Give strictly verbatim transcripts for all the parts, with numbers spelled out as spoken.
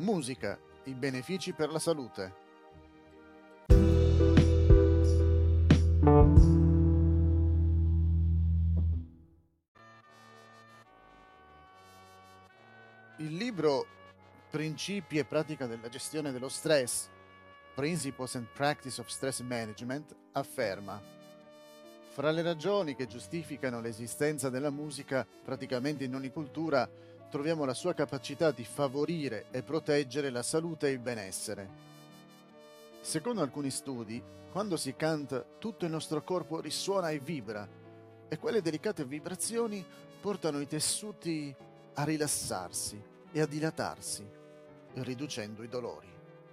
Musica, i benefici per la salute. Il libro Principi e pratica della gestione dello stress, Principles and Practice of Stress Management, afferma: fra le ragioni che giustificano l'esistenza della musica praticamente in ogni cultura, troviamo la sua capacità di favorire e proteggere la salute e il benessere. Secondo alcuni studi, quando si canta, tutto il nostro corpo risuona e vibra, e quelle delicate vibrazioni portano i tessuti a rilassarsi e a dilatarsi, riducendo i dolori.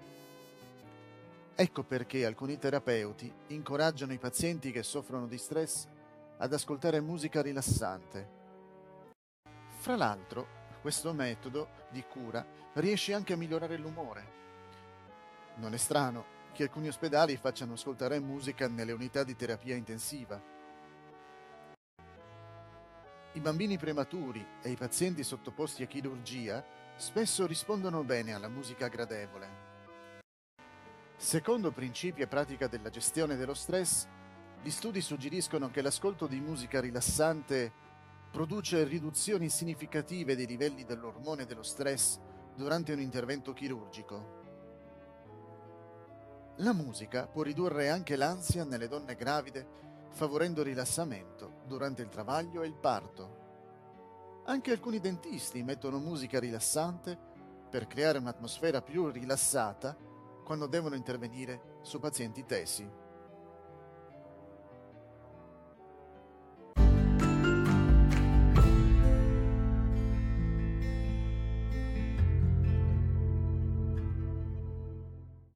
Ecco perché alcuni terapeuti incoraggiano i pazienti che soffrono di stress ad ascoltare musica rilassante. Fra l'altro, questo metodo di cura riesce anche a migliorare l'umore. Non è strano che alcuni ospedali facciano ascoltare musica nelle unità di terapia intensiva. I bambini prematuri e i pazienti sottoposti a chirurgia spesso rispondono bene alla musica gradevole. Secondo principi e pratica della gestione dello stress, gli studi suggeriscono che l'ascolto di musica rilassante produce riduzioni significative dei livelli dell'ormone dello stress durante un intervento chirurgico. La musica può ridurre anche l'ansia nelle donne gravide, favorendo il rilassamento durante il travaglio e il parto. Anche alcuni dentisti mettono musica rilassante per creare un'atmosfera più rilassata quando devono intervenire su pazienti tesi.